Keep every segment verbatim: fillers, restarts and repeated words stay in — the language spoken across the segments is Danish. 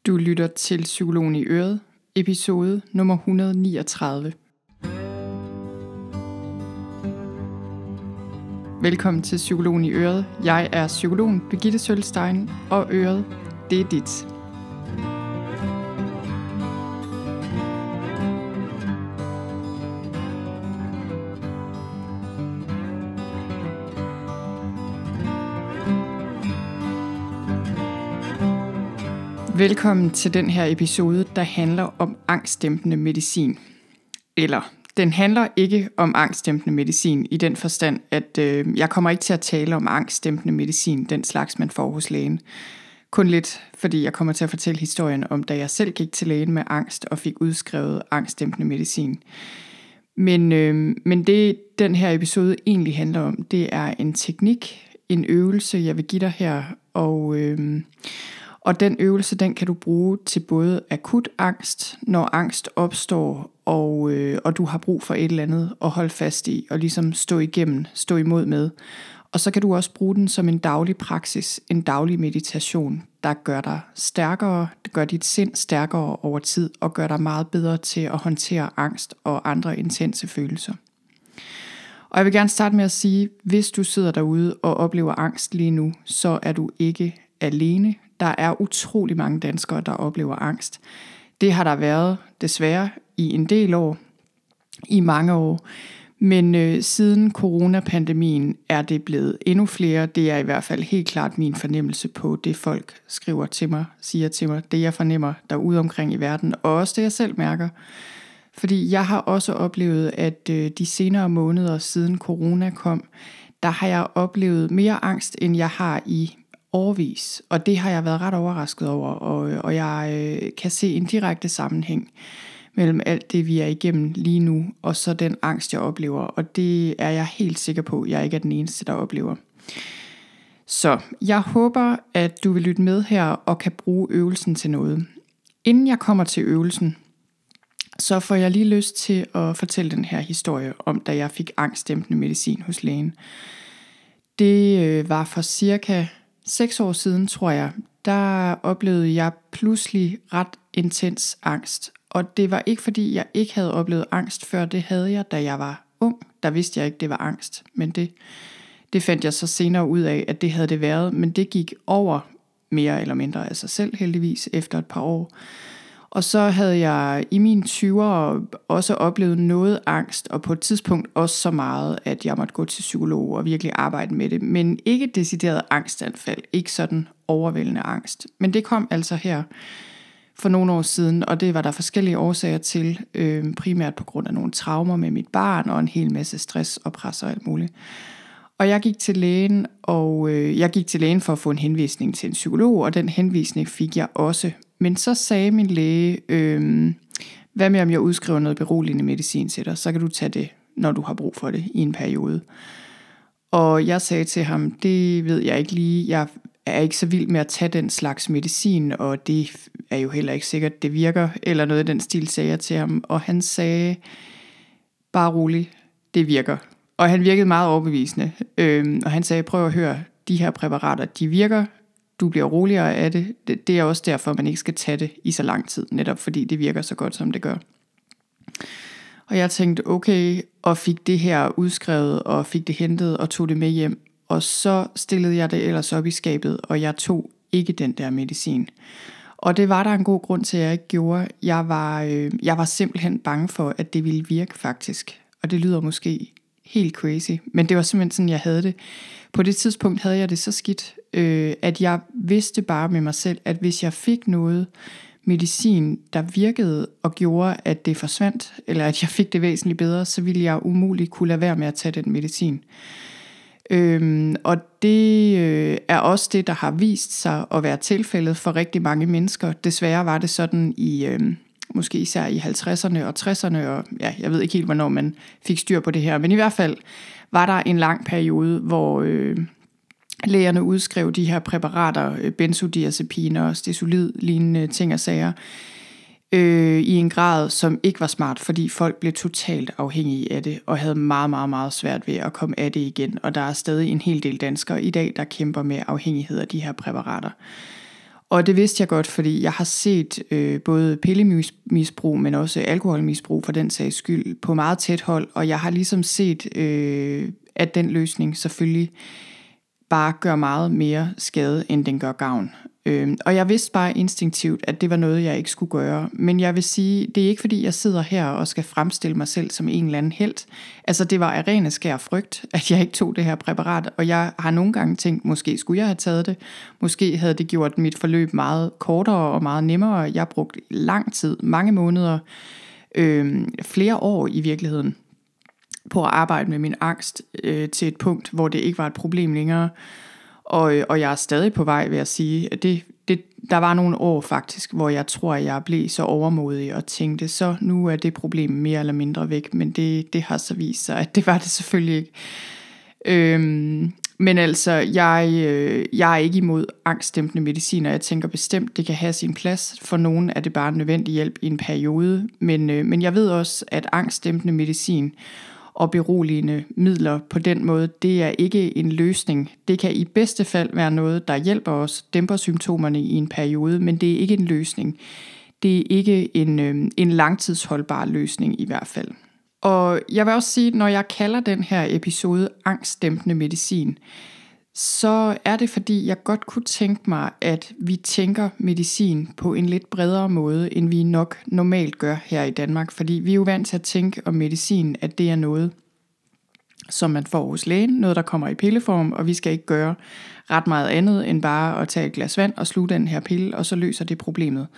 Du lytter til Psykologen i Øret, episode nummer et hundrede og niogtredive. Velkommen til Psykologen i Øret. Jeg er psykologen Birgitte Sølstein, og Øret, det er dit. Velkommen til den her episode, der handler om angstdæmpende medicin. Eller, den handler ikke om angstdæmpende medicin i den forstand, at øh, jeg kommer ikke til at tale om angstdæmpende medicin, den slags man får hos lægen. Kun lidt, fordi jeg kommer til at fortælle historien om, da jeg selv gik til lægen med angst og fik udskrevet angstdæmpende medicin. Men, øh, men det, den her episode egentlig handler om, det er en teknik, en øvelse, jeg vil give dig her, og... Øh, Og den øvelse, den kan du bruge til både akut angst, når angst opstår, og, øh, og du har brug for et eller andet at holde fast i, og ligesom stå igennem, stå imod med. Og så kan du også bruge den som en daglig praksis, en daglig meditation, der gør dig stærkere, det gør dit sind stærkere over tid, og gør dig meget bedre til at håndtere angst og andre intense følelser. Og jeg vil gerne starte med at sige, hvis du sidder derude og oplever angst lige nu, så er du ikke alene. Der er utrolig mange danskere, der oplever angst. Det har der været, desværre, i en del år, i mange år. Men øh, siden coronapandemien er det blevet endnu flere. Det er i hvert fald helt klart min fornemmelse på det, folk skriver til mig, siger til mig. Det, jeg fornemmer derude omkring i verden, og også det, jeg selv mærker. Fordi jeg har også oplevet, at øh, de senere måneder siden corona kom, der har jeg oplevet mere angst, end jeg har i årevis, og det har jeg været ret overrasket over, og, og jeg øh, kan se en direkte sammenhæng mellem alt det, vi er igennem lige nu, og så den angst, jeg oplever, og det er jeg helt sikker på, at jeg ikke er den eneste, der oplever. Så jeg håber, at du vil lytte med her, og kan bruge øvelsen til noget. Inden jeg kommer til øvelsen, så får jeg lige lyst til at fortælle den her historie om, da jeg fik angstdæmpende medicin hos lægen. Det øh, var for cirka Seks år siden, tror jeg, der oplevede jeg pludselig ret intens angst. Og det var ikke fordi, jeg ikke havde oplevet angst før. Det havde jeg, da jeg var ung. Der vidste jeg ikke, det var angst. Men det, det fandt jeg så senere ud af, at det havde det været. Men det gik over mere eller mindre af sig selv, heldigvis, efter et par år. Og så havde jeg i mine tyvere også oplevet noget angst, og på et tidspunkt også så meget, at jeg måtte gå til psykolog og virkelig arbejde med det. Men ikke decideret angstanfald, ikke sådan overvældende angst. Men det kom altså her for nogle år siden, og det var der forskellige årsager til, øh, primært på grund af nogle traumer med mit barn, og en hel masse stress og pres og alt muligt. Og jeg gik til lægen, og øh, jeg gik til lægen for at få en henvisning til en psykolog, og den henvisning fik jeg også. Men så sagde min læge, øh, hvad med om jeg udskriver noget beroligende medicin til dig, så kan du tage det, når du har brug for det i en periode. Og jeg sagde til ham, det ved jeg ikke lige, jeg er ikke så vild med at tage den slags medicin, og det er jo heller ikke sikkert, det virker, eller noget af den stil sagde jeg til ham. Og han sagde, bare rolig, det virker. Og han virkede meget overbevisende, øh, og han sagde, prøv at høre, de her præparater, de virker, du bliver roligere af det. det. Det er også derfor, man ikke skal tage det i så lang tid, netop fordi det virker så godt, som det gør. Og jeg tænkte, okay, og fik det her udskrevet, og fik det hentet, og tog det med hjem. Og så stillede jeg det ellers op i skabet, og jeg tog ikke den der medicin. Og det var der en god grund til, at jeg ikke gjorde. Jeg var, øh, jeg var simpelthen bange for, at det ville virke faktisk. Og det lyder måske helt crazy, men det var simpelthen sådan, jeg havde det. På det tidspunkt havde jeg det så skidt, øh, at jeg vidste bare med mig selv, at hvis jeg fik noget medicin, der virkede og gjorde, at det forsvandt, eller at jeg fik det væsentligt bedre, så ville jeg umuligt kunne lade være med at tage den medicin. Øhm, og det øh, er også det, der har vist sig at være tilfældet for rigtig mange mennesker. Desværre var det sådan i... Øh, måske især i halvtredserne og tresserne, og ja, jeg ved ikke helt, hvornår man fik styr på det her, men i hvert fald var der en lang periode, hvor øh, lægerne udskrev de her præparater, øh, benzodiazepiner og stesolid-lignende ting og sager, øh, i en grad, som ikke var smart, fordi folk blev totalt afhængige af det, og havde meget, meget, meget svært ved at komme af det igen, og der er stadig en hel del danskere i dag, der kæmper med afhængighed af de her præparater. Og det vidste jeg godt, fordi jeg har set øh, både pillemisbrug, men også alkoholmisbrug for den sags skyld på meget tæt hold, og jeg har ligesom set, øh, at den løsning selvfølgelig bare gør meget mere skade, end den gør gavn. Øh, og jeg vidste bare instinktivt, at det var noget, jeg ikke skulle gøre. Men jeg vil sige, det er ikke fordi, jeg sidder her og skal fremstille mig selv som en eller anden helt. Altså det var af ren skær frygt, at jeg ikke tog det her præparat, og jeg har nogle gange tænkt, måske skulle jeg have taget det. Måske havde det gjort mit forløb meget kortere og meget nemmere. Jeg brugte lang tid, mange måneder, øh, flere år i virkeligheden, på at arbejde med min angst øh, til et punkt, hvor det ikke var et problem længere. Og, og jeg er stadig på vej ved at sige, at det, det, der var nogle år faktisk, hvor jeg tror, at jeg blev så overmodig og tænkte, så nu er det problem mere eller mindre væk, men det, det har så vist sig, at det var det selvfølgelig ikke. Øhm, men altså, jeg, øh, jeg er ikke imod angstdæmpende medicin, og jeg tænker bestemt, det kan have sin plads. For nogen er det bare en nødvendig hjælp i en periode, men, øh, men jeg ved også, at angstdæmpende medicin og beroligende midler på den måde, det er ikke en løsning. Det kan i bedste fald være noget, der hjælper os, dæmper symptomerne i en periode, men det er ikke en løsning. Det er ikke en, øh, en langtidsholdbar løsning i hvert fald. Og jeg vil også sige, når jeg kalder den her episode angstdæmpende medicin, så er det fordi, jeg godt kunne tænke mig, at vi tænker medicin på en lidt bredere måde, end vi nok normalt gør her i Danmark. Fordi vi er jo vant til at tænke om medicin, at det er noget, som man får hos lægen, noget der kommer i pilleform, og vi skal ikke gøre ret meget andet, end bare at tage et glas vand og sluge den her pille, og så løser det problemet.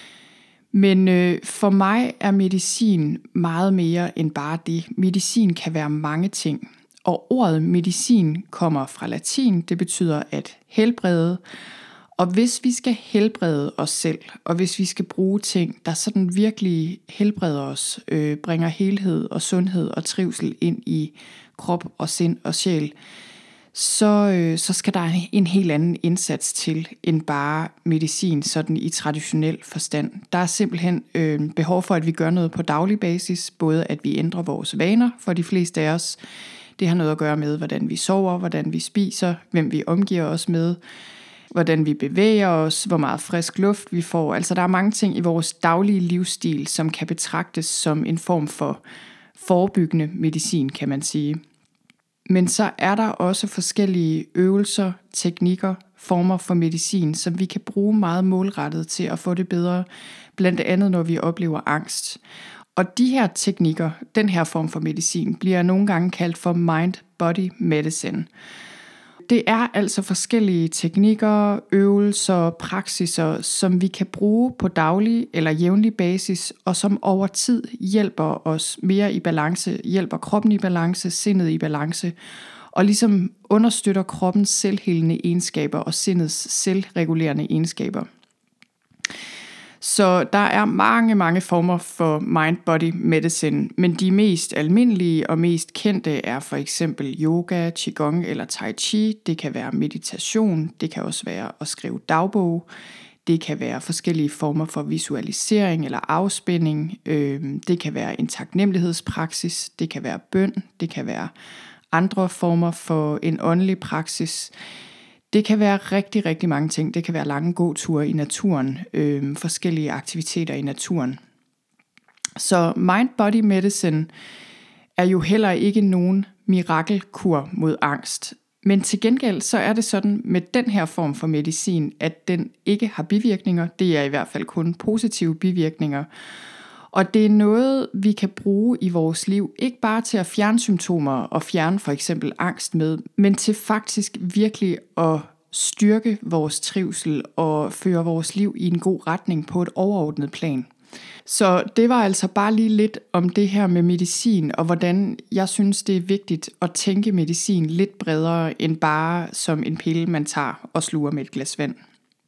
Men øh, for mig er medicin meget mere end bare det. Medicin kan være mange ting. Og ordet medicin kommer fra latin, det betyder at helbrede. Og hvis vi skal helbrede os selv, og hvis vi skal bruge ting, der sådan virkelig helbreder os, øh, bringer helhed og sundhed og trivsel ind i krop og sind og sjæl, så, øh, så skal der en helt anden indsats til end bare medicin sådan i traditionel forstand. Der er simpelthen øh, behov for, at vi gør noget på daglig basis, både at vi ændrer vores vaner for de fleste af os. Det har noget at gøre med, hvordan vi sover, hvordan vi spiser, hvem vi omgiver os med, hvordan vi bevæger os, hvor meget frisk luft vi får. Altså der er mange ting i vores daglige livsstil, som kan betragtes som en form for forebyggende medicin, kan man sige. Men så er der også forskellige øvelser, teknikker, former for medicin, som vi kan bruge meget målrettet til at få det bedre, blandt andet når vi oplever angst. Og de her teknikker, den her form for medicin, bliver nogle gange kaldt for mind-body medicine. Det er altså forskellige teknikker, øvelser, praksiser, som vi kan bruge på daglig eller jævnlig basis, og som over tid hjælper os mere i balance, hjælper kroppen i balance, sindet i balance, og ligesom understøtter kroppens selvhelende egenskaber og sindets selvregulerende egenskaber. Så der er mange, mange former for mind-body medicine, men de mest almindelige og mest kendte er for eksempel yoga, qigong eller tai chi. Det kan være meditation, det kan også være at skrive dagbog, det kan være forskellige former for visualisering eller afspænding, det kan være en taknemmelighedspraksis, det kan være bøn, det kan være andre former for en åndelig praksis. Det kan være rigtig, rigtig mange ting. Det kan være lange gåture i naturen, øh, forskellige aktiviteter i naturen. Så mind-body medicine er jo heller ikke nogen mirakelkur mod angst. Men til gengæld så er det sådan med den her form for medicin, at den ikke har bivirkninger. Det er i hvert fald kun positive bivirkninger. Og det er noget, vi kan bruge i vores liv, ikke bare til at fjerne symptomer og fjerne for eksempel angst med, men til faktisk virkelig at styrke vores trivsel og føre vores liv i en god retning på et overordnet plan. Så det var altså bare lige lidt om det her med medicin, og hvordan jeg synes, det er vigtigt at tænke medicin lidt bredere end bare som en pille, man tager og sluger med et glas vand.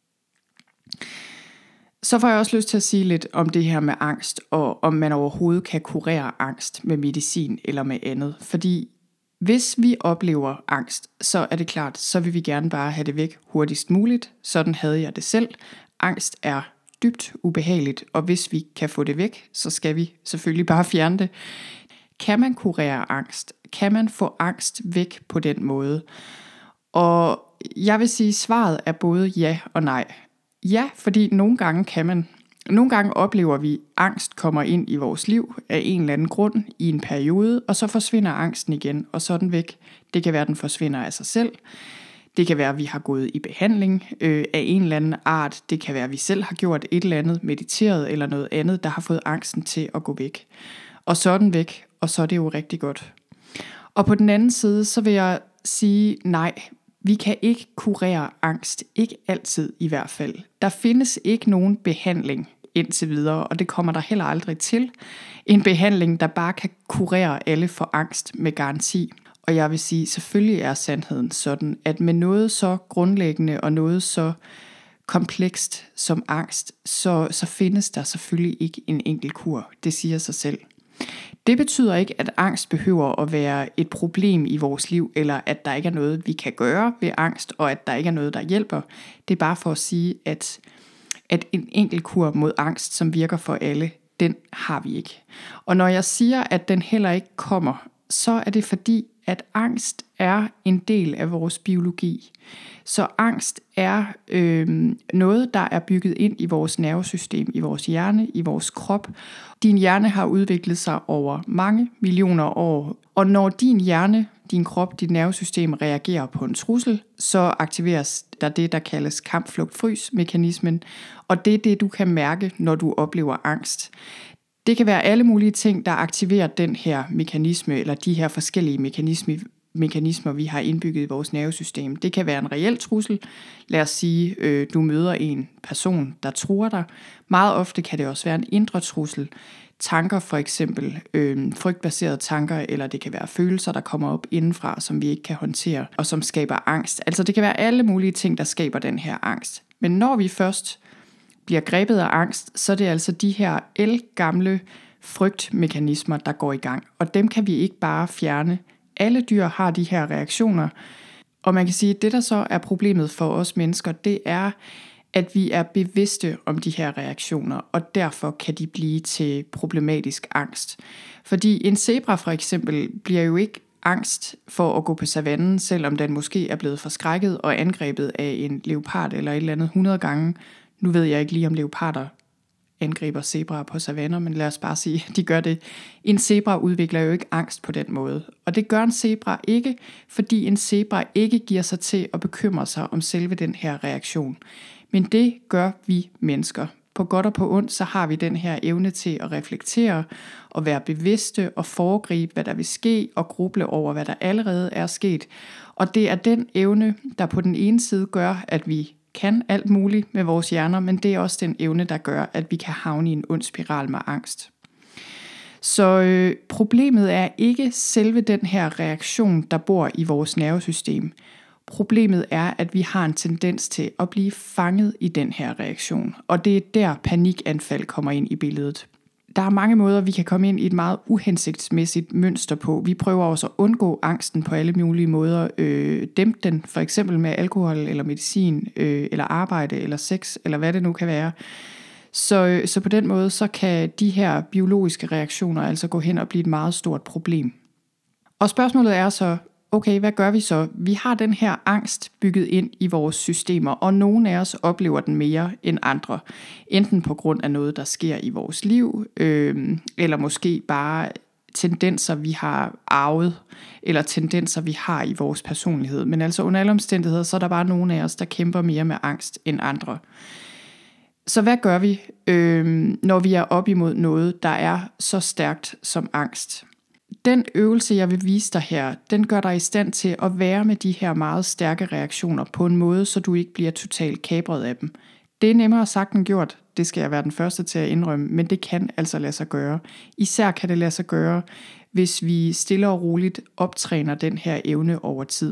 Så får jeg også lyst til at sige lidt om det her med angst, og om man overhovedet kan kurere angst med medicin eller med andet. Fordi hvis vi oplever angst, så er det klart, så vil vi gerne bare have det væk hurtigst muligt. Sådan havde jeg det selv. Angst er dybt ubehageligt, og hvis vi kan få det væk, så skal vi selvfølgelig bare fjerne det. Kan man kurere angst? Kan man få angst væk på den måde? Og jeg vil sige, at svaret er både ja og nej. Ja, fordi nogle gange kan man. Nogle gange oplever vi, at angst kommer ind i vores liv af en eller anden grund i en periode, og så forsvinder angsten igen, og så er den væk. Det kan være, at den forsvinder af sig selv. Det kan være, at vi har gået i behandling øh, af en eller anden art. Det kan være, at vi selv har gjort et eller andet, mediteret eller noget andet, der har fået angsten til at gå væk. Og så er den væk, og så er det jo rigtig godt. Og på den anden side, så vil jeg sige, nej, vi kan ikke kurere angst. Ikke altid i hvert fald. Der findes ikke nogen behandling indtil videre, og det kommer der heller aldrig til. En behandling, der bare kan kurere alle for angst med garanti. Og jeg vil sige, selvfølgelig er sandheden sådan, at med noget så grundlæggende og noget så komplekst som angst, så, så findes der selvfølgelig ikke en enkelt kur. Det siger sig selv. Det betyder ikke, at angst behøver at være et problem i vores liv, eller at der ikke er noget, vi kan gøre ved angst, og at der ikke er noget, der hjælper. Det er bare for at sige, at, at en enkelt kur mod angst, som virker for alle, den har vi ikke. Og når jeg siger, at den heller ikke kommer, så er det fordi, at angst er en del af vores biologi. Så angst er øh, noget, der er bygget ind i vores nervesystem, i vores hjerne, i vores krop. Din hjerne har udviklet sig over mange millioner år, og når din hjerne, din krop, dit nervesystem reagerer på en trussel, så aktiveres der det, der kaldes kamp-flugt-frys-mekanismen, og det er det, du kan mærke, når du oplever angst. Det kan være alle mulige ting, der aktiverer den her mekanisme, eller de her forskellige mekanismer, mekanismer, vi har indbygget i vores nervesystem. Det kan være en reel trussel. Lad os sige, øh, du møder en person, der truer dig. Meget ofte kan det også være en indre trussel. Tanker for eksempel, øh, frygtbaserede tanker, eller det kan være følelser, der kommer op indenfra, som vi ikke kan håndtere, og som skaber angst. Altså det kan være alle mulige ting, der skaber den her angst. Men når vi først bliver grebet af angst, så er det altså de her ældgamle frygtmekanismer, der går i gang. Og dem kan vi ikke bare fjerne. Alle dyr har de her reaktioner. Og man kan sige, at det, der så er problemet for os mennesker, det er, at vi er bevidste om de her reaktioner, og derfor kan de blive til problematisk angst. Fordi en zebra for eksempel bliver jo ikke angst for at gå på savannen, selvom den måske er blevet forskrækket og angrebet af en leopard eller et eller andet hundrede gange. Nu ved jeg ikke lige, om leoparder angriber zebraer på savanner, men lad os bare sige, at de gør det. En zebra udvikler jo ikke angst på den måde. Og det gør en zebra ikke, fordi en zebra ikke giver sig til at bekymre sig om selve den her reaktion. Men det gør vi mennesker. På godt og på ondt, så har vi den her evne til at reflektere og være bevidste og foregribe, hvad der vil ske, og gruble over, hvad der allerede er sket. Og det er den evne, der på den ene side gør, at vi kan alt muligt med vores hjerner, men det er også den evne, der gør, at vi kan havne i en ond spiral med angst. Så øh, problemet er ikke selve den her reaktion, der bor i vores nervesystem. Problemet er, at vi har en tendens til at blive fanget i den her reaktion, og det er der panikanfald kommer ind i billedet. Der er mange måder, vi kan komme ind i et meget uhensigtsmæssigt mønster på. Vi prøver også at undgå angsten på alle mulige måder. Øh, dæmpe den, for eksempel med alkohol eller medicin, øh, eller arbejde eller sex, eller hvad det nu kan være. Så, så på den måde, så kan de her biologiske reaktioner altså gå hen og blive et meget stort problem. Og spørgsmålet er så, okay, hvad gør vi så? Vi har den her angst bygget ind i vores systemer, og nogle af os oplever den mere end andre. Enten på grund af noget, der sker i vores liv, øh, eller måske bare tendenser, vi har arvet, eller tendenser, vi har i vores personlighed. Men altså under alle omstændigheder, så er der bare nogle af os, der kæmper mere med angst end andre. Så hvad gør vi, øh, når vi er op imod noget, der er så stærkt som angst? Den øvelse, jeg vil vise dig her, den gør dig i stand til at være med de her meget stærke reaktioner på en måde, så du ikke bliver totalt kapret af dem. Det er nemmere sagt end gjort, det skal jeg være den første til at indrømme, men det kan altså lade sig gøre. Især kan det lade sig gøre, hvis vi stille og roligt optræner den her evne over tid.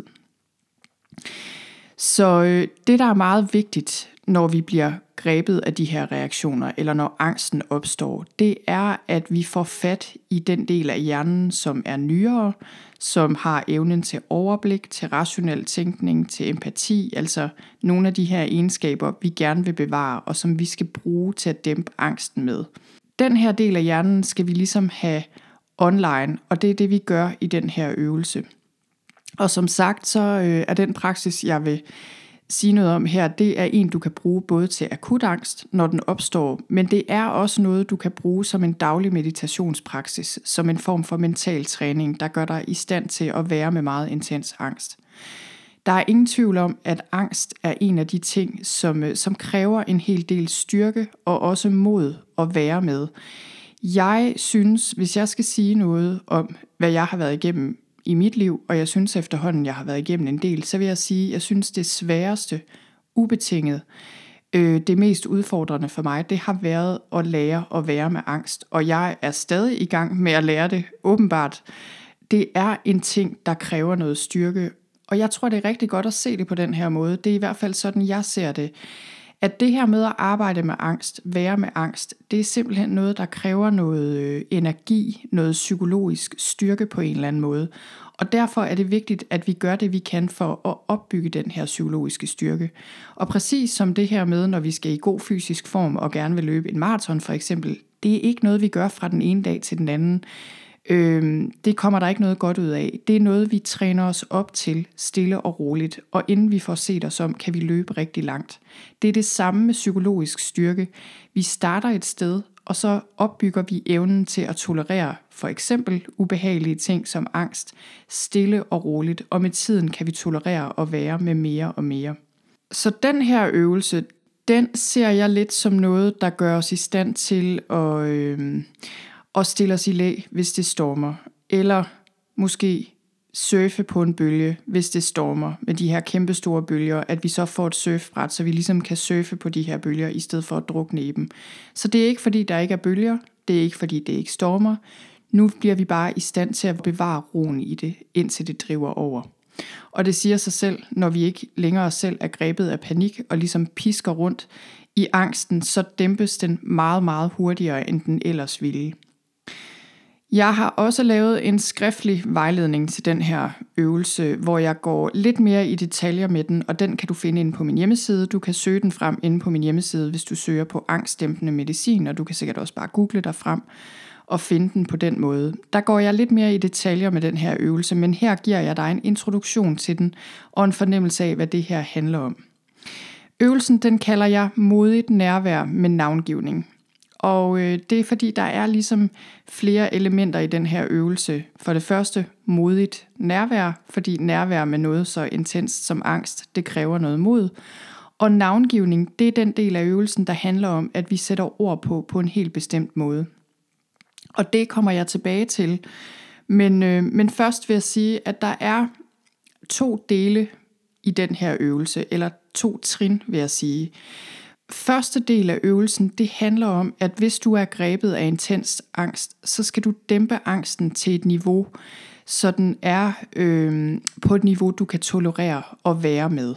Så det, der er meget vigtigt, når vi bliver grebet af de her reaktioner, eller når angsten opstår, det er, at vi får fat i den del af hjernen, som er nyere, som har evnen til overblik, til rationel tænkning, til empati, altså nogle af de her egenskaber, vi gerne vil bevare, og som vi skal bruge til at dæmpe angsten med. Den her del af hjernen skal vi ligesom have online, og det er det, vi gør i den her øvelse. Og som sagt, så øh, er den praksis, jeg vil sige noget om her, det er en, du kan bruge både til akut angst, når den opstår, men det er også noget, du kan bruge som en daglig meditationspraksis, som en form for mental træning, der gør dig i stand til at være med meget intens angst. Der er ingen tvivl om, at angst er en af de ting, som, som kræver en hel del styrke og også mod at være med. Jeg synes, hvis jeg skal sige noget om, hvad jeg har været igennem i mit liv, og jeg synes efterhånden, jeg har været igennem en del, så vil jeg sige, at jeg synes det sværeste, ubetinget, øh, det mest udfordrende for mig, det har været at lære at være med angst. Og jeg er stadig i gang med at lære det, åbenbart. Det er en ting, der kræver noget styrke, og jeg tror, det er rigtig godt at se det på den her måde. Det er i hvert fald sådan, jeg ser det. At det her med at arbejde med angst, være med angst, det er simpelthen noget, der kræver noget øh, energi, noget psykologisk styrke på en eller anden måde. Og derfor er det vigtigt, at vi gør det, vi kan for at opbygge den her psykologiske styrke. Og præcis som det her med, når vi skal i god fysisk form og gerne vil løbe en maraton for eksempel, det er ikke noget, vi gør fra den ene dag til den anden. Øhm, det kommer der ikke noget godt ud af. Det er noget, vi træner os op til stille og roligt, og inden vi får set os om, kan vi løbe rigtig langt. Det er det samme med psykologisk styrke. Vi starter et sted, og så opbygger vi evnen til at tolerere for eksempel ubehagelige ting som angst, stille og roligt, og med tiden kan vi tolerere at være med mere og mere. Så den her øvelse, den ser jeg lidt som noget, der gør os i stand til at... Øh, og stille os i læ, hvis det stormer, eller måske surfe på en bølge, hvis det stormer med de her kæmpe store bølger, at vi så får et surfbræt, så vi ligesom kan surfe på de her bølger, i stedet for at drukne i dem. Så det er ikke fordi, der ikke er bølger, det er ikke fordi, det ikke stormer. Nu bliver vi bare i stand til at bevare roen i det, indtil det driver over. Og det siger sig selv, når vi ikke længere selv er grebet af panik, og ligesom pisker rundt i angsten, så dæmpes den meget, meget hurtigere, end den ellers ville. Jeg har også lavet en skriftlig vejledning til den her øvelse, hvor jeg går lidt mere i detaljer med den, og den kan du finde inde på min hjemmeside. Du kan søge den frem inde på min hjemmeside, hvis du søger på angstdæmpende medicin, og du kan sikkert også bare google dig frem og finde den på den måde. Der går jeg lidt mere i detaljer med den her øvelse, men her giver jeg dig en introduktion til den og en fornemmelse af, hvad det her handler om. Øvelsen, den kalder jeg modigt nærvær med navngivning. Og øh, det er fordi, der er ligesom flere elementer i den her øvelse. For det første modigt nærvær, fordi nærvær med noget så intenst som angst, det kræver noget mod. Og navngivning, det er den del af øvelsen, der handler om, at vi sætter ord på på en helt bestemt måde. Og det kommer jeg tilbage til. Men, øh, men først vil jeg sige, at der er to dele i den her øvelse, eller to trin vil jeg sige. Første del af øvelsen, det handler om, at hvis du er grebet af intens angst, så skal du dæmpe angsten til et niveau, så den er øh, på et niveau, du kan tolerere og være med.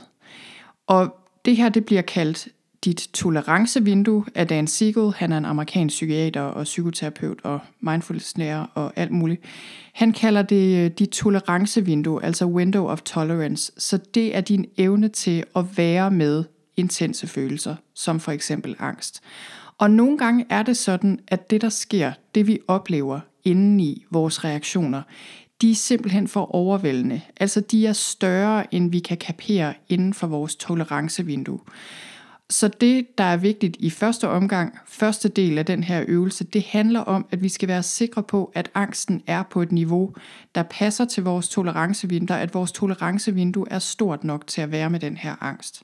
Og det her, det bliver kaldt dit tolerancevindue af Dan Siegel. Han er en amerikansk psykiater og psykoterapeut og mindfulness-lærer og alt muligt. Han kalder det dit tolerancevindue, altså window of tolerance. Så det er din evne til at være med intense følelser, som for eksempel angst. Og nogle gange er det sådan, at det der sker, det vi oplever indeni vores reaktioner, de er simpelthen for overvældende. Altså de er større, end vi kan kapere inden for vores tolerancevindue. Så det, der er vigtigt i første omgang, første del af den her øvelse, det handler om, at vi skal være sikre på, at angsten er på et niveau, der passer til vores tolerancevindue, at vores tolerancevindue er stort nok til at være med den her angst.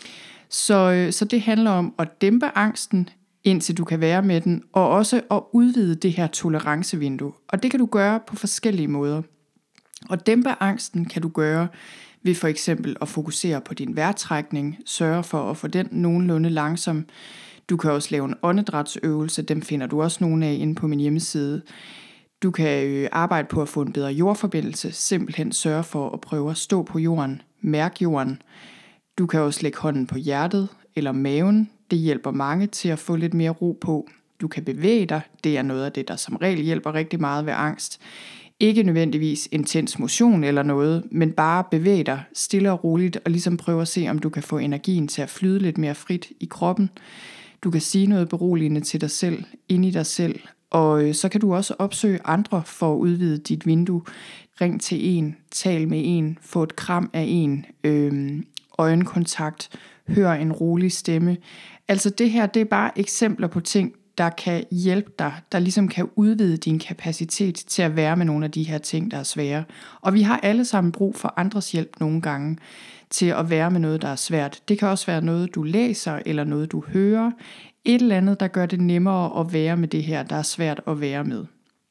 Så, så det handler om at dæmpe angsten, indtil du kan være med den, og også at udvide det her tolerancevindue. Og det kan du gøre på forskellige måder. Og dæmpe angsten kan du gøre ved for eksempel at fokusere på din vejrtrækning, sørge for at få den nogenlunde langsom. Du kan også lave en åndedrætsøvelse, dem finder du også nogle af inde på min hjemmeside. Du kan arbejde på at få en bedre jordforbindelse, simpelthen sørge for at prøve at stå på jorden, mærke jorden. Du kan også lægge hånden på hjertet eller maven. Det hjælper mange til at få lidt mere ro på. Du kan bevæge dig. Det er noget af det, der som regel hjælper rigtig meget ved angst. Ikke nødvendigvis intens motion eller noget, men bare bevæge dig stille og roligt og ligesom prøve at se, om du kan få energien til at flyde lidt mere frit i kroppen. Du kan sige noget beroligende til dig selv, ind i dig selv, og så kan du også opsøge andre for at udvide dit vindue. Ring til en, tal med en, få et kram af en, øhm, øjenkontakt, hør en rolig stemme. Altså det her, det er bare eksempler på ting, der kan hjælpe dig, der ligesom kan udvide din kapacitet til at være med nogle af de her ting, der er svære. Og vi har alle sammen brug for andres hjælp nogle gange til at være med noget, der er svært. Det kan også være noget, du læser eller noget, du hører. Et eller andet, der gør det nemmere at være med det her, der er svært at være med.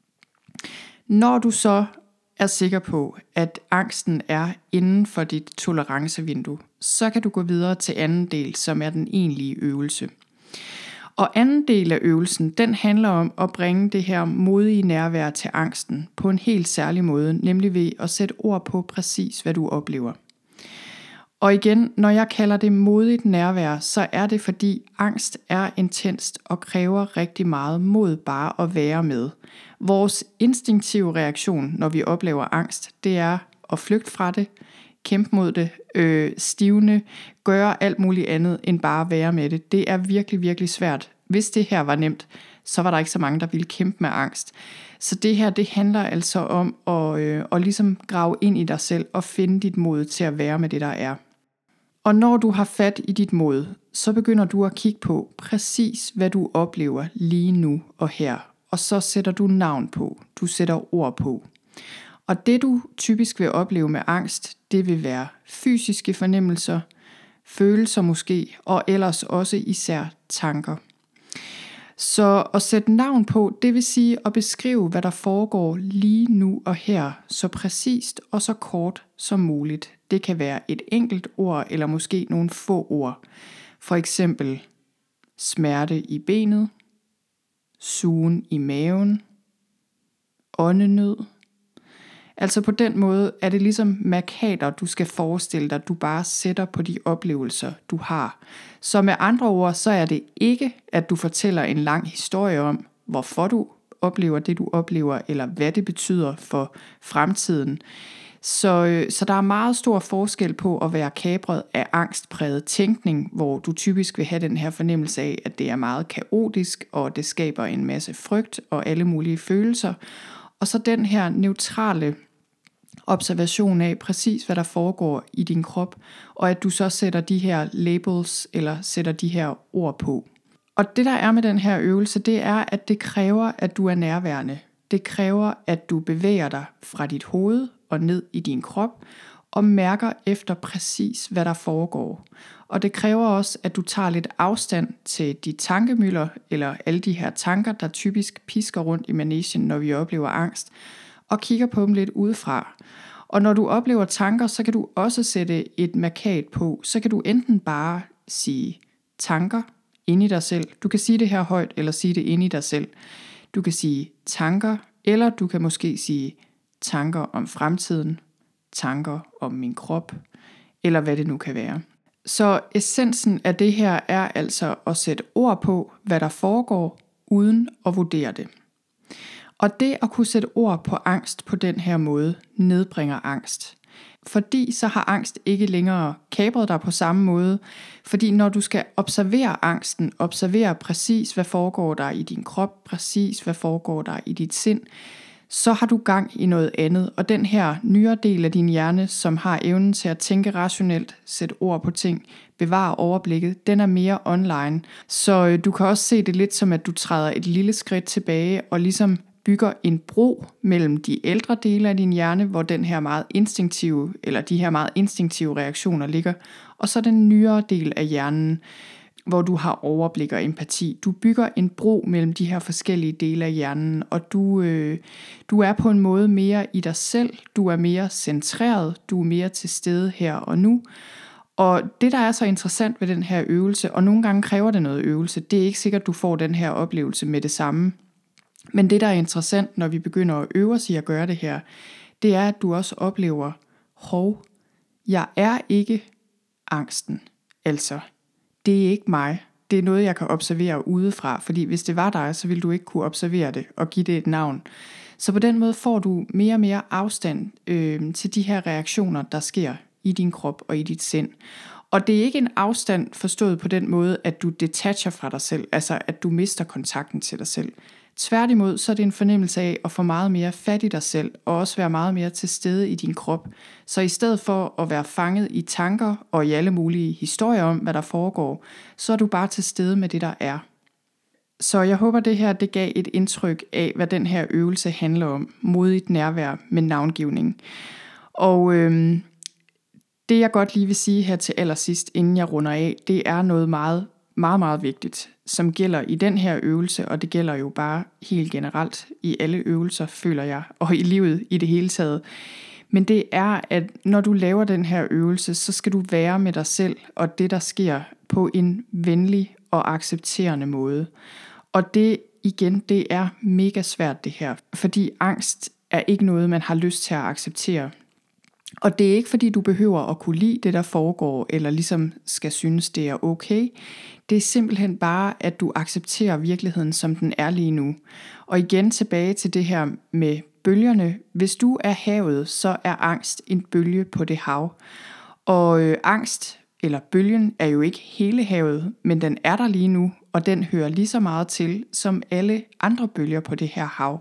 Når du så er sikker på, at angsten er inden for dit tolerancevindue, så kan du gå videre til anden del, som er den egentlige øvelse. Og anden del af øvelsen, den handler om at bringe det her modige nærvær til angsten på en helt særlig måde, nemlig ved at sætte ord på præcis, hvad du oplever. Og igen, når jeg kalder det modigt nærvær, så er det fordi angst er intenst og kræver rigtig meget mod bare at være med. Vores instinktive reaktion, når vi oplever angst, det er at flygte fra det, kæmpe mod det, øh, stivne, gøre alt muligt andet end bare være med det. Det er virkelig, virkelig svært. Hvis det her var nemt, så var der ikke så mange, der ville kæmpe med angst. Så det her, det handler altså om at, øh, at ligesom grave ind i dig selv og finde dit mod til at være med det, der er. Og når du har fat i dit mod, så begynder du at kigge på præcis, hvad du oplever lige nu og her. Og så sætter du navn på, du sætter ord på. Og det du typisk vil opleve med angst, det vil være fysiske fornemmelser, følelser måske, og ellers også især tanker. Så at sætte navn på, det vil sige at beskrive, hvad der foregår lige nu og her, så præcist og så kort som muligt. Det kan være et enkelt ord, eller måske nogle få ord. For eksempel smerte i benet, sugen i maven, åndenød. Altså på den måde er det ligesom markader, du skal forestille dig, du bare sætter på de oplevelser, du har. Så med andre ord, så er det ikke, at du fortæller en lang historie om, hvorfor du oplever det, du oplever, eller hvad det betyder for fremtiden. Så, så der er meget stor forskel på at være kapret af angstpræget tænkning, hvor du typisk vil have den her fornemmelse af, at det er meget kaotisk, og det skaber en masse frygt og alle mulige følelser. Og så den her neutrale observation af præcis, hvad der foregår i din krop, og at du så sætter de her labels, eller sætter de her ord på. Og det der er med den her øvelse, det er, at det kræver, at du er nærværende. Det kræver, at du bevæger dig fra dit hoved og ned i din krop, og mærker efter præcis, hvad der foregår. Og det kræver også, at du tager lidt afstand til de tankemøller, eller alle de her tanker, der typisk pisker rundt i managen, når vi oplever angst, og kigger på dem lidt udefra. Og når du oplever tanker, så kan du også sætte et markat på. Så kan du enten bare sige tanker inde i dig selv. Du kan sige det her højt, eller sige det inde i dig selv. Du kan sige tanker, eller du kan måske sige tanker om fremtiden, tanker om min krop, eller hvad det nu kan være. Så essensen af det her er altså at sætte ord på, hvad der foregår, uden at vurdere det. Og det at kunne sætte ord på angst på den her måde, nedbringer angst. Fordi så har angst ikke længere kapret dig på samme måde. Fordi når du skal observere angsten, observere præcis, hvad foregår der i din krop, præcis hvad foregår der i dit sind, så har du gang i noget andet. Og den her nyere del af din hjerne, som har evnen til at tænke rationelt, sætte ord på ting, bevare overblikket, den er mere online. Så du kan også se det lidt som, at du træder et lille skridt tilbage og ligesom bygger en bro mellem de ældre dele af din hjerne, hvor den her meget instinktive, eller de her meget instinktive reaktioner ligger, og så den nyere del af hjernen, hvor du har overblik og empati. Du bygger en bro mellem de her forskellige dele af hjernen, og du, øh, du er på en måde mere i dig selv, du er mere centreret, du er mere til stede her og nu. Og det, der er så interessant ved den her øvelse, og nogle gange kræver det noget øvelse, det er ikke sikkert, du får den her oplevelse med det samme. Men det, der er interessant, når vi begynder at øve os i at gøre det her, det er, at du også oplever, hov, jeg er ikke angsten. Altså, det er ikke mig. Det er noget, jeg kan observere udefra, fordi hvis det var dig, så ville du ikke kunne observere det og give det et navn. Så på den måde får du mere og mere afstand øh, til de her reaktioner, der sker i din krop og i dit sind. Og det er ikke en afstand forstået på den måde, at du detacher fra dig selv, altså at du mister kontakten til dig selv. Tværtimod så er det en fornemmelse af at få meget mere fat i dig selv, og også være meget mere til stede i din krop. Så i stedet for at være fanget i tanker og i alle mulige historier om, hvad der foregår, så er du bare til stede med det, der er. Så jeg håber, det her det gav et indtryk af, hvad den her øvelse handler om. Modigt nærvær med navngivning. Og øhm, det jeg godt lige vil sige her til allersidst, inden jeg runder af, det er noget meget, meget, meget vigtigt, som gælder i den her øvelse, og det gælder jo bare helt generelt i alle øvelser, føler jeg, og i livet i det hele taget. Men det er, at når du laver den her øvelse, så skal du være med dig selv og det, der sker, på en venlig og accepterende måde. Og det igen, det er mega svært det her, fordi angst er ikke noget, man har lyst til at acceptere. Og det er ikke fordi, du behøver at kunne lide det, der foregår, eller ligesom skal synes, det er okay. Det er simpelthen bare, at du accepterer virkeligheden, som den er lige nu. Og igen tilbage til det her med bølgerne. Hvis du er havet, så er angst en bølge på det hav. Og øh, angst, eller bølgen, er jo ikke hele havet, men den er der lige nu, og den hører lige så meget til, som alle andre bølger på det her hav.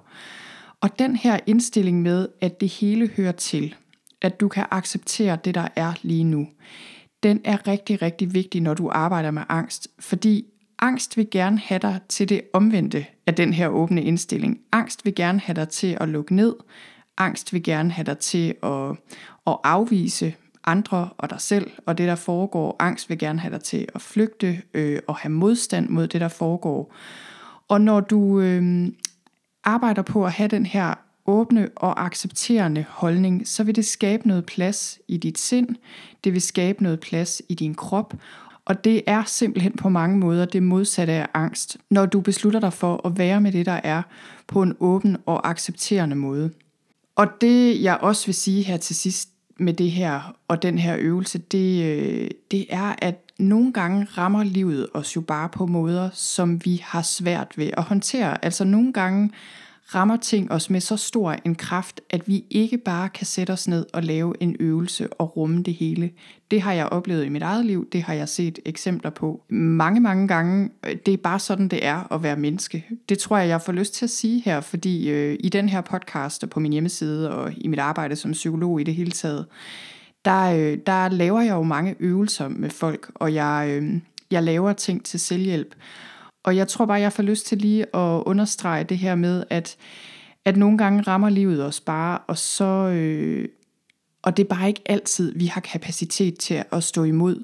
Og den her indstilling med, at det hele hører til, at du kan acceptere det, der er lige nu, den er rigtig, rigtig vigtig, når du arbejder med angst, fordi angst vil gerne have dig til det omvendte af den her åbne indstilling. Angst vil gerne have dig til at lukke ned. Angst vil gerne have dig til at, at afvise andre og dig selv og det, der foregår. Angst vil gerne have dig til at flygte øh, og have modstand mod det, der foregår. Og når du øh, arbejder på at have den her åbne og accepterende holdning, så vil det skabe noget plads i dit sind, det vil skabe noget plads i din krop, og det er simpelthen på mange måder det modsatte af angst, når du beslutter dig for at være med det, der er, på en åben og accepterende måde. Og det jeg også vil sige her til sidst med det her og den her øvelse, det, det er, at nogle gange rammer livet os jo bare på måder, som vi har svært ved at håndtere. Altså nogle gange rammer ting os med så stor en kraft, at vi ikke bare kan sætte os ned og lave en øvelse og rumme det hele. Det har jeg oplevet i mit eget liv, det har jeg set eksempler på mange, mange gange. Det er bare sådan, det er at være menneske. Det tror jeg, jeg får lyst til at sige her, fordi øh, i den her podcast og på min hjemmeside og i mit arbejde som psykolog i det hele taget, der, øh, der laver jeg jo mange øvelser med folk, og jeg, øh, jeg laver ting til selvhjælp. Og jeg tror bare, jeg får lyst til lige at understrege det her med, at, at nogle gange rammer livet os bare, og så øh, og det er bare ikke altid, vi har kapacitet til at stå imod.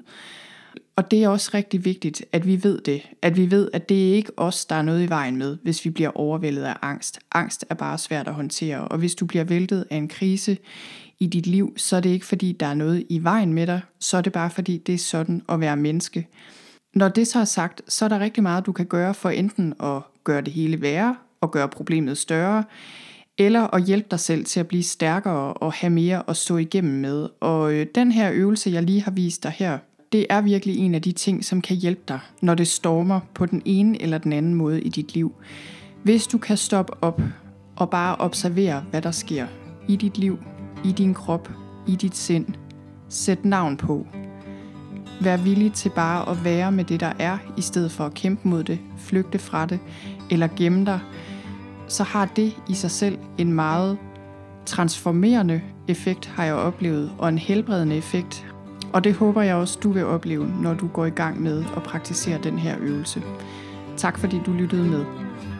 Og det er også rigtig vigtigt, at vi ved det. At vi ved, at det er ikke os, der er noget i vejen med, hvis vi bliver overvældet af angst. Angst er bare svært at håndtere, og hvis du bliver væltet af en krise i dit liv, så er det ikke fordi, der er noget i vejen med dig, så er det bare fordi, det er sådan at være menneske. Når det så er sagt, så er der rigtig meget, du kan gøre for enten at gøre det hele værre og gøre problemet større, eller at hjælpe dig selv til at blive stærkere og have mere at stå igennem med. Og øh, den her øvelse, jeg lige har vist dig her, det er virkelig en af de ting, som kan hjælpe dig, når det stormer på den ene eller den anden måde i dit liv. Hvis du kan stoppe op og bare observere, hvad der sker i dit liv, i din krop, i dit sind, sæt navn på. Vær villig til bare at være med det, der er, i stedet for at kæmpe mod det, flygte fra det eller gemme dig, så har det i sig selv en meget transformerende effekt, har jeg oplevet, og en helbredende effekt. Og det håber jeg også, du vil opleve, når du går i gang med at praktisere den her øvelse. Tak fordi du lyttede med.